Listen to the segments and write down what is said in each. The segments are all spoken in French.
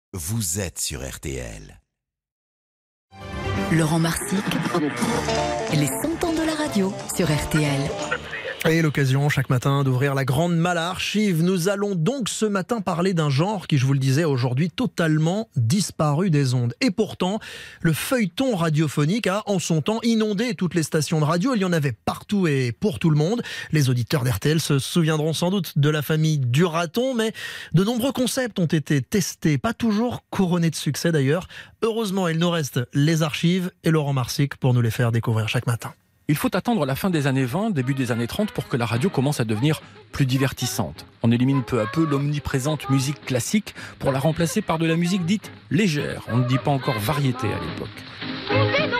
vous êtes sur RTL. Laurent Marsic, les 100 ans de la radio sur RTL. Et l'occasion chaque matin d'ouvrir la grande malle à archives. Nous allons donc ce matin parler d'un genre qui, je vous le disais, aujourd'hui totalement disparu des ondes. Et pourtant, le feuilleton radiophonique a en son temps inondé toutes les stations de radio. Il y en avait partout et pour tout le monde. Les auditeurs d'RTL se souviendront sans doute de la famille Duraton, mais de nombreux concepts ont été testés, pas toujours couronnés de succès d'ailleurs. Heureusement, il nous reste les archives et Laurent Marsic pour nous les faire découvrir chaque matin. Il faut attendre la fin des années 20, début des années 30 pour que la radio commence à devenir plus divertissante. On élimine peu à peu l'omniprésente musique classique pour la remplacer par de la musique dite légère. On ne dit pas encore variété à l'époque.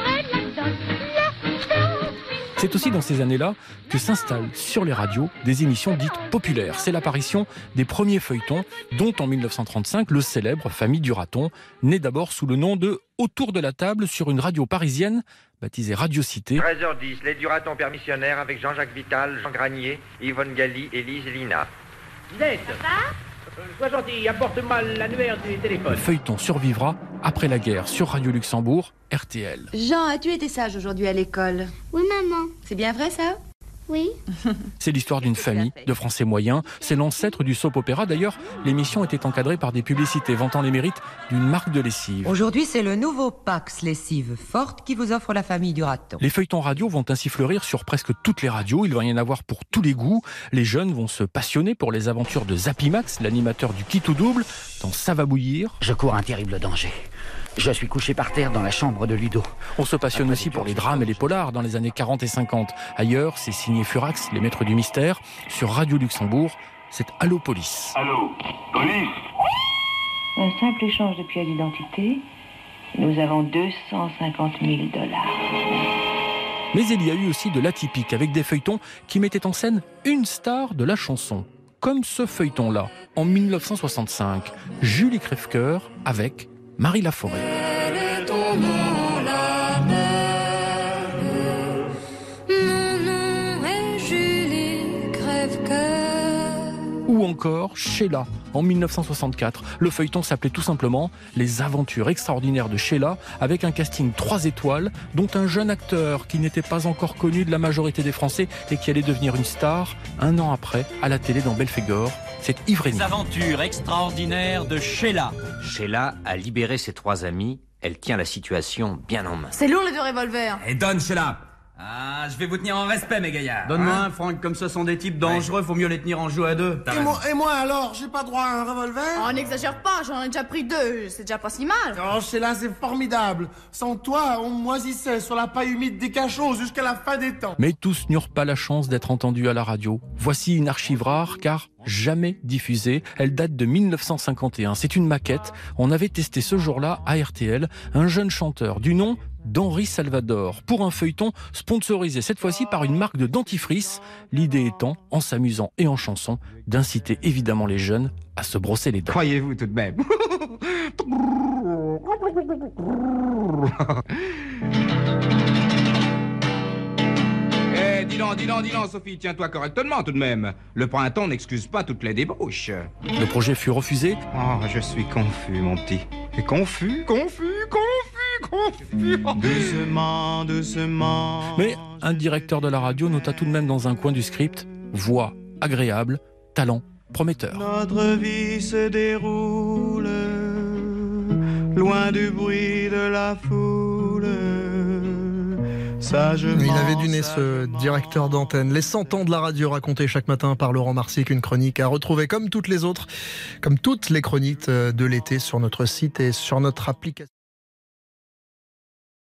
C'est aussi dans ces années-là que s'installent sur les radios des émissions dites populaires. C'est l'apparition des premiers feuilletons, dont en 1935 le célèbre Famille Duraton, né d'abord sous le nom de Autour de la table sur une radio parisienne baptisée Radio Cité. 13h10, les Duratons permissionnaires avec Jean-Jacques Vital, Jean Granier, Yvonne Galli, Élise et Lina. Ginette, sois gentil, apporte-moi l'annuaire du téléphone. Le feuilleton survivra après la guerre sur Radio Luxembourg, RTL. Jean, as-tu été sage aujourd'hui à l'école? Oui, maman. C'est bien vrai, ça? Oui. C'est l'histoire d'une famille de Français moyens. C'est l'ancêtre du soap-opéra. D'ailleurs, l'émission était encadrée par des publicités vantant les mérites d'une marque de lessive. Aujourd'hui, c'est le nouveau Pax Lessive Forte qui vous offre la famille Duraton. Les feuilletons radio vont ainsi fleurir sur presque toutes les radios. Il va y en avoir pour tous les goûts. Les jeunes vont se passionner pour les aventures de Zapimax, l'animateur du Qui tout double, dans Ça va bouillir. Je cours un terrible danger. Je suis couché par terre dans la chambre de Ludo. On se passionne aussi pour les drames et les polars dans les années 40 et 50. Ailleurs, c'est signé Furax, les maîtres du mystère. Sur Radio Luxembourg, c'est Allo Police. Allô, police? Un simple échange de pièces d'identité. Nous avons 250 000 $. Mais il y a eu aussi de l'atypique, avec des feuilletons qui mettaient en scène une star de la chanson. Comme ce feuilleton-là, en 1965. Julie Crèvecoeur avec Marie Laforêt. Ou encore Sheila, en 1964. Le feuilleton s'appelait tout simplement Les aventures extraordinaires de Sheila, avec un casting 3 étoiles, dont un jeune acteur qui n'était pas encore connu de la majorité des Français et qui allait devenir une star un an après à la télé dans Belphégor. C'est Yves Rémy. Les aventures extraordinaires de Sheila. Sheila a libéré ses 3 amis. Elle tient la situation bien en main. C'est lourd les 2 revolvers. Et donne Sheila. Ah, je vais vous tenir en respect, mes gaillards. Donne-moi un, Franck, comme ce sont des types dangereux, faut mieux les tenir en jeu à 2. Et moi alors, j'ai pas droit à un revolver? Oh, n'exagère pas, j'en ai déjà pris 2, c'est déjà pas si mal. Oh, Sheila, c'est formidable. Sans toi, on moisissait sur la paille humide des cachots jusqu'à la fin des temps. Mais tous n'eurent pas la chance d'être entendus à la radio. Voici une archive rare, car jamais diffusée. Elle date de 1951. C'est une maquette. On avait testé ce jour-là à RTL un jeune chanteur du nom d'Henri Salvador pour un feuilleton sponsorisé cette fois-ci par une marque de dentifrice. L'idée étant, en s'amusant et en chanson, d'inciter évidemment les jeunes à se brosser les dents. Croyez-vous tout de même. Dis donc, Sophie, tiens-toi correctement tout de même. Le printemps n'excuse pas toutes les débauches. Le projet fut refusé. Oh, je suis confus, mon petit. Et confus. Doucement. Mais un directeur de la radio nota tout de même dans un coin du script: voix agréable, talent prometteur. Notre vie se déroule loin du bruit de la foule. Il avait du nez, ce directeur d'antenne. Les 100 ans de la radio racontés chaque matin par Laurent Marsic, une chronique à retrouver comme toutes les autres, comme toutes les chroniques de l'été sur notre site et sur notre application.